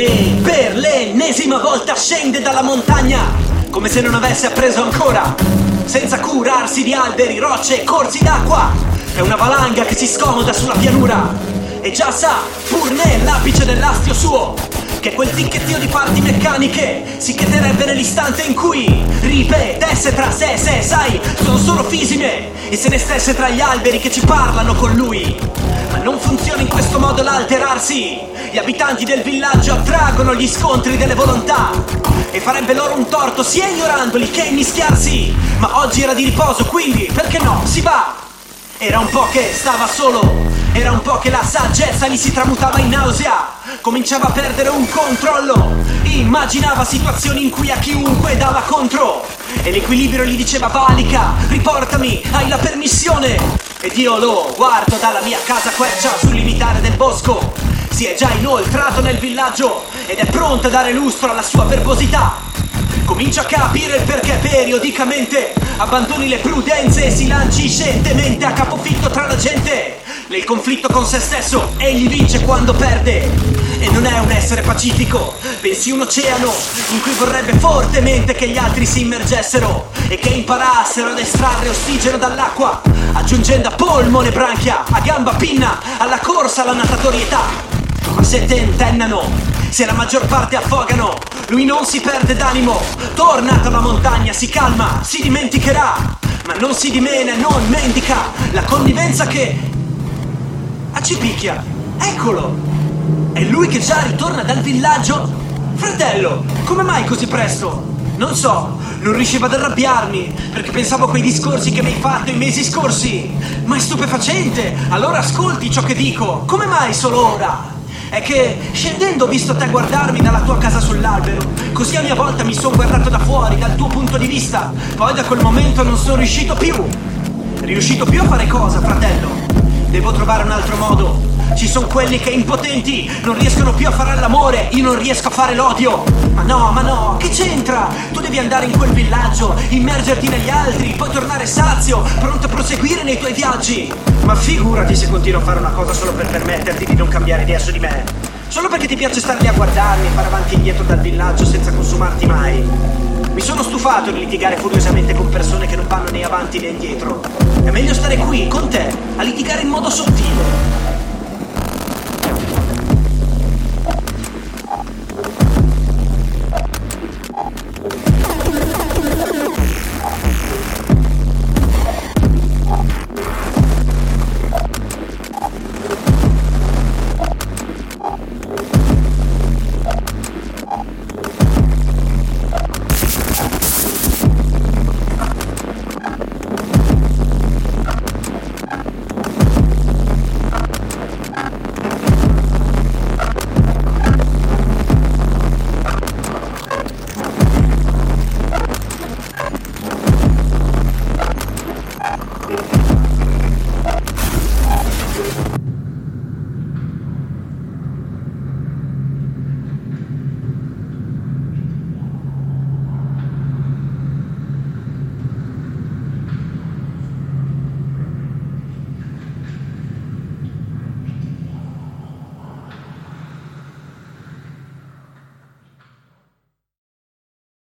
E per l'ennesima volta scende dalla montagna, come se non avesse appreso ancora, senza curarsi di alberi, rocce e corsi d'acqua. È una valanga che si scomoda sulla pianura e già sa, pur nell'apice dell'astio suo, che quel ticchettio di parti meccaniche si cheterebbe nell'istante in cui ripetesse tra sé, sai, sono solo fisime, e se ne stesse tra gli alberi che ci parlano con lui. Ma non funziona in questo modo l'alterarsi. Gli abitanti del villaggio attraggono gli scontri delle volontà e farebbe loro un torto sia ignorandoli che immischiarsi. Ma oggi era di riposo, quindi perché no, si va. Era un po' che stava solo, era un po' che la saggezza gli si tramutava in nausea. Cominciava a perdere un controllo, immaginava situazioni in cui a chiunque dava contro e l'equilibrio gli diceva valica, riportami, hai la permissione. Ed io lo guardo dalla mia casa quercia sul limitare del bosco. Si è già inoltrato nel villaggio ed è pronto a dare lustro alla sua verbosità. Comincia a capire il perché periodicamente abbandoni le prudenze e si lanci scientemente a capofitto tra la gente. Nel conflitto con se stesso egli vince quando perde. E non è un essere pacifico, bensì un oceano in cui vorrebbe fortemente che gli altri si immergessero e che imparassero ad estrarre ossigeno dall'acqua, aggiungendo a polmo le branchia, a gamba pinna, alla corsa alla natatorietà. Ma se tentennano, se la maggior parte affogano, lui non si perde d'animo, tornato alla montagna si calma, si dimenticherà, ma non si dimena, non mendica la connivenza che ci picchia. Eccolo! È lui che già ritorna dal villaggio? Fratello, come mai così presto? Non so, non riuscivo ad arrabbiarmi, perché pensavo a quei discorsi che mi hai fatto i mesi scorsi. Ma è stupefacente, allora ascolti ciò che dico. Come mai solo ora? È che scendendo ho visto te guardarmi dalla tua casa sull'albero, così a mia volta mi sono guardato da fuori, dal tuo punto di vista. Poi da quel momento non sono riuscito più a fare cosa, fratello? Devo trovare un altro modo. Ci sono quelli che impotenti non riescono più a fare l'amore, io non riesco a fare l'odio. Ma no, che c'entra? Tu devi andare in quel villaggio, immergerti negli altri, poi tornare sazio, pronto a proseguire nei tuoi viaggi. Ma figurati se continuo a fare una cosa solo per permetterti di non cambiare idea su di me. Solo perché ti piace stare lì a guardarmi e fare avanti e indietro dal villaggio senza consumarti mai. Mi sono stufato di litigare furiosamente con persone che non vanno né avanti né indietro. È meglio stare qui, con te, a litigare in modo sottile.